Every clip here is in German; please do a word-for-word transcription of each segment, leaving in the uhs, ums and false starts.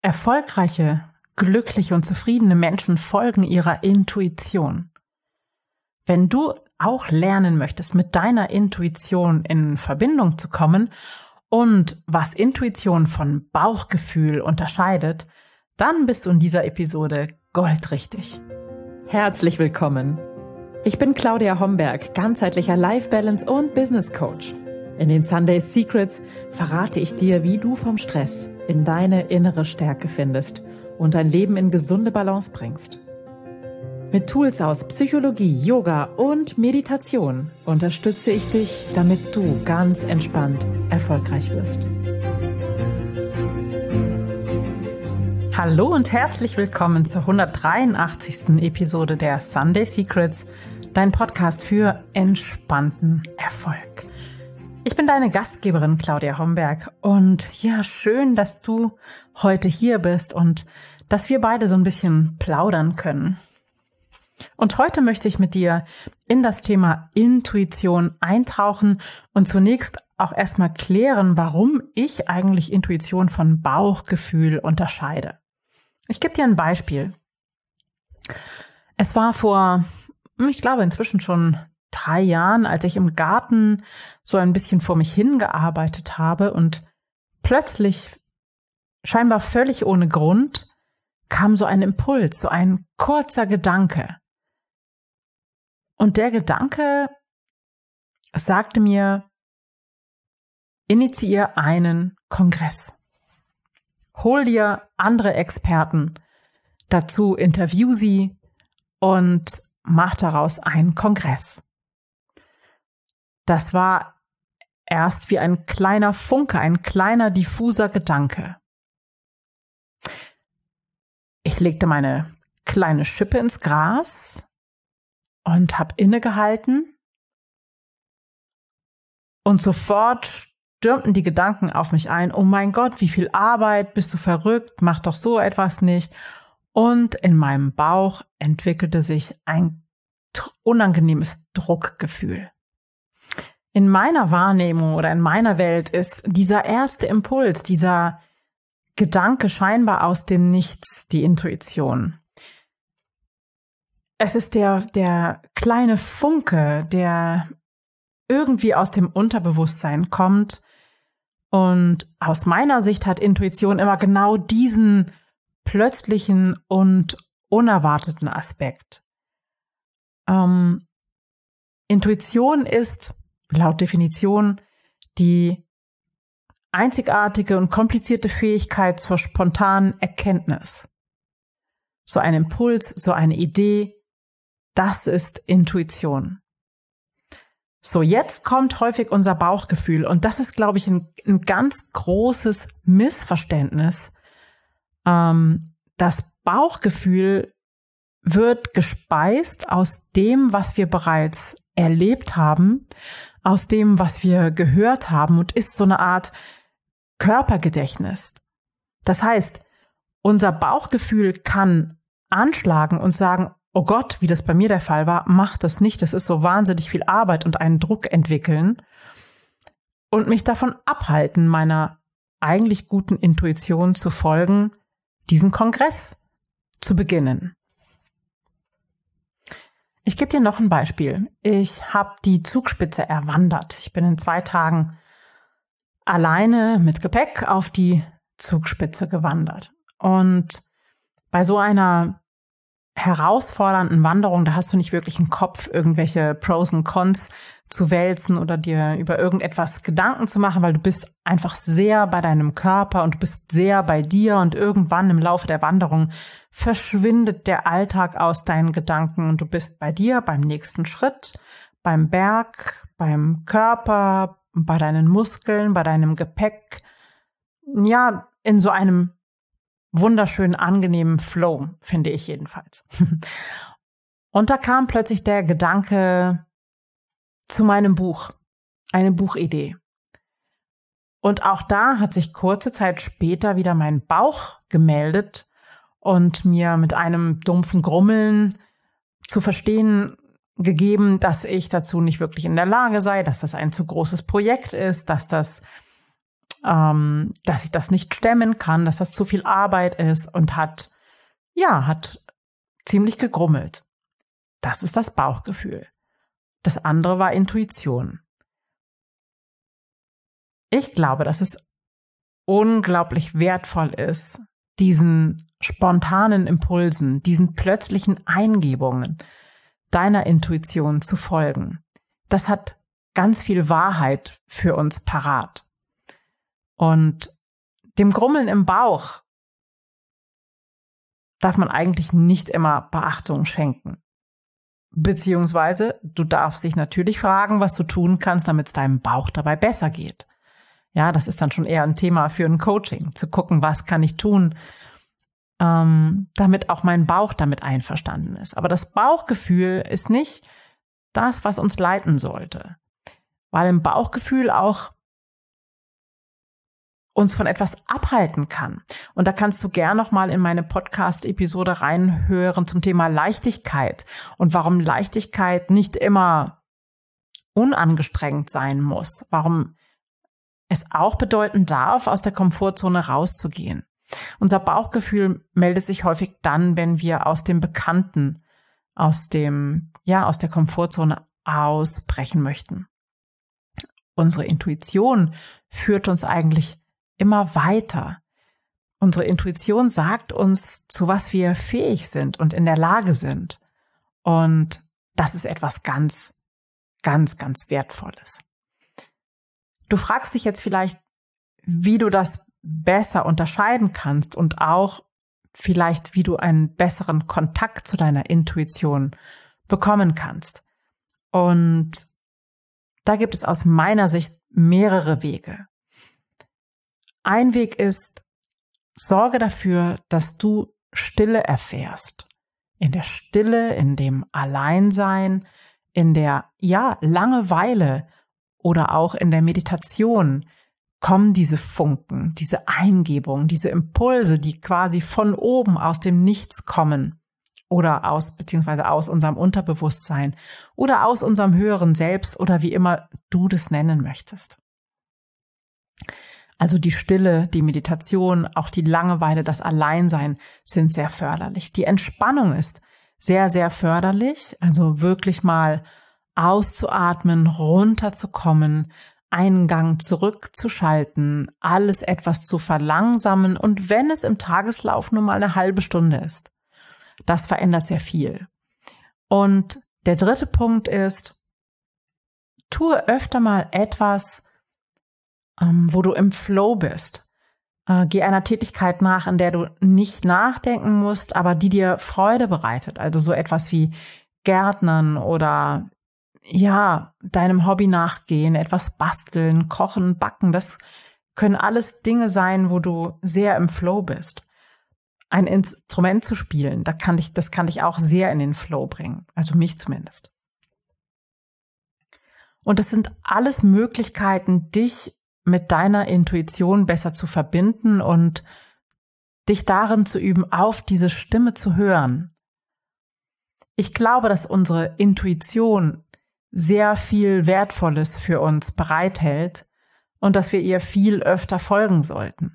Erfolgreiche, glückliche und zufriedene Menschen folgen ihrer Intuition. Wenn du auch lernen möchtest, mit deiner Intuition in Verbindung zu kommen und was Intuition von Bauchgefühl unterscheidet, dann bist du in dieser Episode goldrichtig. Herzlich willkommen. Ich bin Claudia Homberg, ganzheitlicher Life Balance und Business Coach. In den Sunday Secrets verrate ich dir, wie du vom Stress in deine innere Stärke findest und dein Leben in gesunde Balance bringst. Mit Tools aus Psychologie, Yoga und Meditation unterstütze ich dich, damit du ganz entspannt erfolgreich wirst. Hallo und herzlich willkommen zur hundertdreiundachtzigsten Episode der Sunday Secrets, dein Podcast für entspannten Erfolg. Ich bin deine Gastgeberin Claudia Homberg und ja, schön, dass du heute hier bist und dass wir beide so ein bisschen plaudern können. Und heute möchte ich mit dir in das Thema Intuition eintauchen und zunächst auch erstmal klären, warum ich eigentlich Intuition von Bauchgefühl unterscheide. Ich gebe dir ein Beispiel. Es war vor, ich glaube inzwischen schon drei Jahren, als ich im Garten so ein bisschen vor mich hingearbeitet habe und plötzlich, scheinbar völlig ohne Grund, kam so ein Impuls, so ein kurzer Gedanke. Und der Gedanke sagte mir, initiier einen Kongress. Hol dir andere Experten dazu, interview sie und mach daraus einen Kongress. Das war erst wie ein kleiner Funke, ein kleiner diffuser Gedanke. Ich legte meine kleine Schippe ins Gras und habe innegehalten und sofort stürmten die Gedanken auf mich ein. Oh mein Gott, wie viel Arbeit, bist du verrückt, mach doch so etwas nicht. Und in meinem Bauch entwickelte sich ein unangenehmes Druckgefühl. In meiner Wahrnehmung oder in meiner Welt ist dieser erste Impuls, dieser Gedanke scheinbar aus dem Nichts, die Intuition. Es ist der, der kleine Funke, der irgendwie aus dem Unterbewusstsein kommt. Und aus meiner Sicht hat Intuition immer genau diesen plötzlichen und unerwarteten Aspekt. Ähm, Intuition ist laut Definition die einzigartige und komplizierte Fähigkeit zur spontanen Erkenntnis. So ein Impuls, so eine Idee, das ist Intuition. So, jetzt kommt häufig unser Bauchgefühl und das ist, glaube ich, ein, ein ganz großes Missverständnis. Ähm, das Bauchgefühl wird gespeist aus dem, was wir bereits erlebt haben, aus dem, was wir gehört haben und ist so eine Art Körpergedächtnis. Das heißt, unser Bauchgefühl kann anschlagen und sagen, oh Gott, wie das bei mir der Fall war, mach das nicht, das ist so wahnsinnig viel Arbeit und einen Druck entwickeln und mich davon abhalten, meiner eigentlich guten Intuition zu folgen, diesen Kongress zu beginnen. Ich gebe dir noch ein Beispiel. Ich habe die Zugspitze erwandert. Ich bin in zwei Tagen alleine mit Gepäck auf die Zugspitze gewandert. Und bei so einer herausfordernden Wanderung, da hast du nicht wirklich im Kopf, irgendwelche Pros und Cons zu wälzen oder dir über irgendetwas Gedanken zu machen, weil du bist einfach sehr bei deinem Körper und du bist sehr bei dir und irgendwann im Laufe der Wanderung verschwindet der Alltag aus deinen Gedanken und du bist bei dir, beim nächsten Schritt, beim Berg, beim Körper, bei deinen Muskeln, bei deinem Gepäck, ja, in so einem wunderschönen, angenehmen Flow, finde ich jedenfalls. Und da kam plötzlich der Gedanke zu meinem Buch, eine Buchidee. Und auch da hat sich kurze Zeit später wieder mein Bauch gemeldet und mir mit einem dumpfen Grummeln zu verstehen gegeben, dass ich dazu nicht wirklich in der Lage sei, dass das ein zu großes Projekt ist, dass das ähm, dass ich das nicht stemmen kann, dass das zu viel Arbeit ist und hat, ja, hat ziemlich gegrummelt. Das ist das Bauchgefühl. Das andere war Intuition. Ich glaube, dass es unglaublich wertvoll ist, diesen spontanen Impulsen, diesen plötzlichen Eingebungen deiner Intuition zu folgen. Das hat ganz viel Wahrheit für uns parat. Und dem Grummeln im Bauch darf man eigentlich nicht immer Beachtung schenken. Beziehungsweise du darfst dich natürlich fragen, was du tun kannst, damit es deinem Bauch dabei besser geht. Ja, das ist dann schon eher ein Thema für ein Coaching, zu gucken, was kann ich tun, ähm, damit auch mein Bauch damit einverstanden ist. Aber das Bauchgefühl ist nicht das, was uns leiten sollte, weil im Bauchgefühl auch uns von etwas abhalten kann. Und da kannst du gern noch mal in meine Podcast-Episode reinhören zum Thema Leichtigkeit und warum Leichtigkeit nicht immer unangestrengt sein muss, warum es auch bedeuten darf, aus der Komfortzone rauszugehen. Unser Bauchgefühl meldet sich häufig dann, wenn wir aus dem Bekannten, aus dem, ja, aus der Komfortzone ausbrechen möchten. Unsere Intuition führt uns eigentlich immer weiter. Unsere Intuition sagt uns, zu was wir fähig sind und in der Lage sind. Und das ist etwas ganz, ganz, ganz Wertvolles. Du fragst dich jetzt vielleicht, wie du das besser unterscheiden kannst und auch vielleicht, wie du einen besseren Kontakt zu deiner Intuition bekommen kannst. Und da gibt es aus meiner Sicht mehrere Wege. Ein Weg ist, sorge dafür, dass du Stille erfährst. In der Stille, in dem Alleinsein, in der, ja, Langeweile oder auch in der Meditation kommen diese Funken, diese Eingebungen, diese Impulse, die quasi von oben aus dem Nichts kommen oder aus, beziehungsweise aus unserem Unterbewusstsein oder aus unserem höheren Selbst oder wie immer du das nennen möchtest. Also die Stille, die Meditation, auch die Langeweile, das Alleinsein sind sehr förderlich. Die Entspannung ist sehr, sehr förderlich. Also wirklich mal auszuatmen, runterzukommen, einen Gang zurückzuschalten, alles etwas zu verlangsamen und wenn es im Tageslauf nur mal eine halbe Stunde ist. Das verändert sehr viel. Und der dritte Punkt ist, tue öfter mal etwas, wo du im Flow bist. Äh, geh einer Tätigkeit nach, in der du nicht nachdenken musst, aber die dir Freude bereitet. Also so etwas wie Gärtnern oder ja, deinem Hobby nachgehen, etwas basteln, kochen, backen. Das können alles Dinge sein, wo du sehr im Flow bist. Ein Instrument zu spielen, da kann dich, das kann dich auch sehr in den Flow bringen. Also mich zumindest. Und das sind alles Möglichkeiten, dich mit deiner Intuition besser zu verbinden und dich darin zu üben, auf diese Stimme zu hören. Ich glaube, dass unsere Intuition sehr viel Wertvolles für uns bereithält und dass wir ihr viel öfter folgen sollten.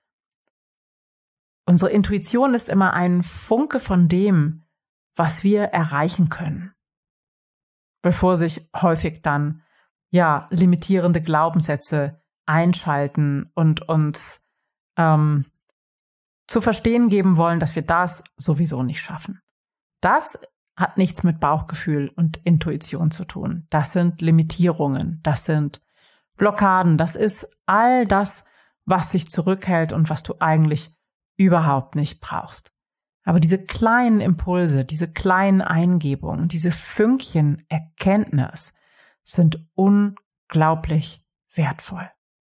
Unsere Intuition ist immer ein Funke von dem, was wir erreichen können, bevor sich häufig dann, ja, limitierende Glaubenssätze einschalten und uns ähm, zu verstehen geben wollen, dass wir das sowieso nicht schaffen. Das hat nichts mit Bauchgefühl und Intuition zu tun. Das sind Limitierungen, das sind Blockaden, das ist all das, was dich zurückhält und was du eigentlich überhaupt nicht brauchst. Aber diese kleinen Impulse, diese kleinen Eingebungen, diese Fünkchen Erkenntnis sind unglaublich wertvoll.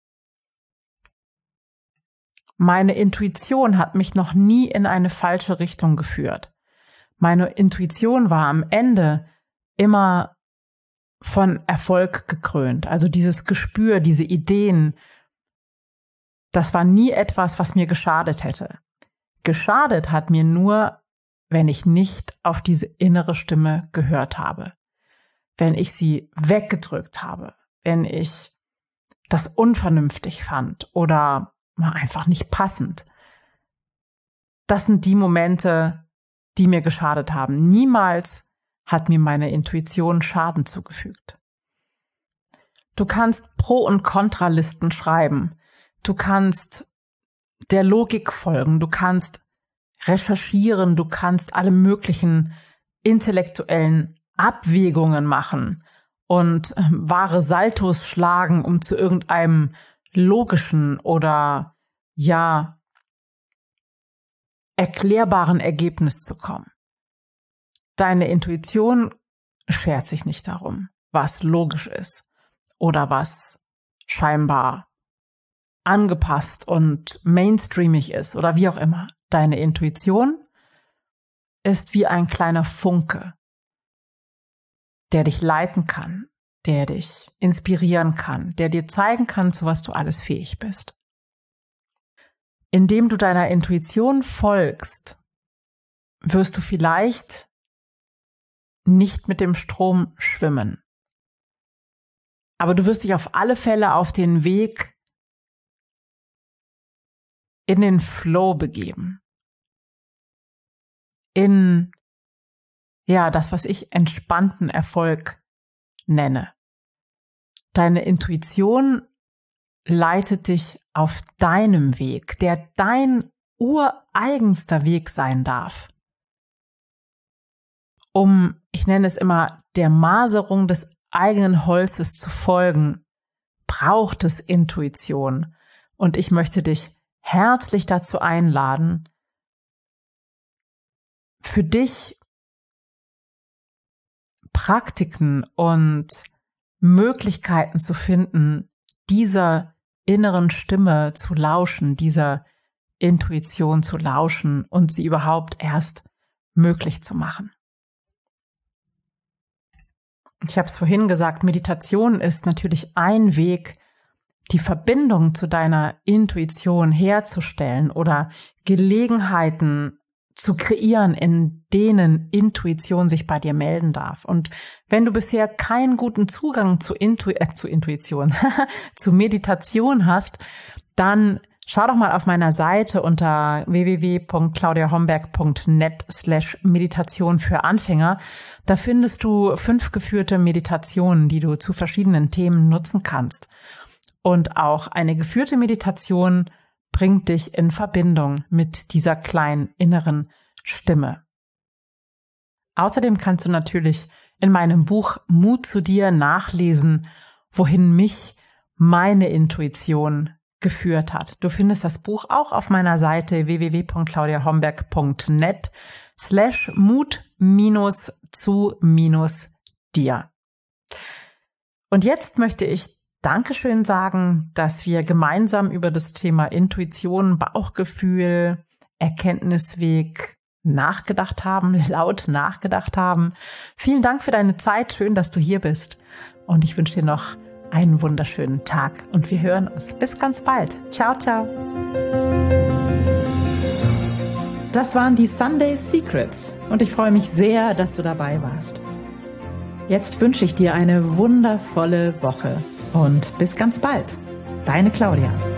Meine Intuition hat mich noch nie in eine falsche Richtung geführt. Meine Intuition war am Ende immer von Erfolg gekrönt. Also dieses Gespür, diese Ideen, das war nie etwas, was mir geschadet hätte. Geschadet hat mir nur, wenn ich nicht auf diese innere Stimme gehört habe. Wenn ich sie weggedrückt habe. Wenn ich das unvernünftig fand oder einfach nicht passend. Das sind die Momente, die mir geschadet haben. Niemals hat mir meine Intuition Schaden zugefügt. Du kannst Pro- und Kontralisten schreiben. Du kannst der Logik folgen. Du kannst recherchieren. Du kannst alle möglichen intellektuellen Abwägungen machen und äh, wahre Saltos schlagen, um zu irgendeinem logischen oder ja erklärbaren Ergebnis zu kommen. Deine Intuition schert sich nicht darum, was logisch ist oder was scheinbar angepasst und mainstreamig ist oder wie auch immer. Deine Intuition ist wie ein kleiner Funke, der dich leiten kann, der dich inspirieren kann, der dir zeigen kann, zu was du alles fähig bist. Indem du deiner Intuition folgst, wirst du vielleicht nicht mit dem Strom schwimmen. Aber du wirst dich auf alle Fälle auf den Weg in den Flow begeben. In, ja, das, was ich entspannten Erfolg nenne. Deine Intuition leitet dich auf deinem Weg, der dein ureigenster Weg sein darf. Um, ich nenne es immer, der Maserung des eigenen Holzes zu folgen, braucht es Intuition. Und ich möchte dich herzlich dazu einladen, für dich Praktiken und Möglichkeiten zu finden, dieser inneren Stimme zu lauschen, dieser Intuition zu lauschen und sie überhaupt erst möglich zu machen. Ich habe es vorhin gesagt, Meditation ist natürlich ein Weg, die Verbindung zu deiner Intuition herzustellen oder Gelegenheiten zu kreieren, in denen Intuition sich bei dir melden darf. Und wenn du bisher keinen guten Zugang zu, Intu- äh, zu Intuition, zu Meditation hast, dann schau doch mal auf meiner Seite unter w w w punkt claudia homberg punkt net slash Meditation für Anfänger. Da findest du fünf geführte Meditationen, die du zu verschiedenen Themen nutzen kannst. Und auch eine geführte Meditation bringt dich in Verbindung mit dieser kleinen inneren Stimme. Außerdem kannst du natürlich in meinem Buch Mut zu dir nachlesen, wohin mich meine Intuition geführt hat. Du findest das Buch auch auf meiner Seite w w w punkt claudia homberg punkt net slash Mut minus zu minus dir. Und jetzt möchte ich Dankeschön sagen, dass wir gemeinsam über das Thema Intuition, Bauchgefühl, Erkenntnisweg nachgedacht haben, laut nachgedacht haben. Vielen Dank für deine Zeit. Schön, dass du hier bist. Und ich wünsche dir noch einen wunderschönen Tag. Und wir hören uns. Bis ganz bald. Ciao, ciao. Das waren die Sunday Secrets. Und ich freue mich sehr, dass du dabei warst. Jetzt wünsche ich dir eine wundervolle Woche. Und bis ganz bald. Deine Claudia.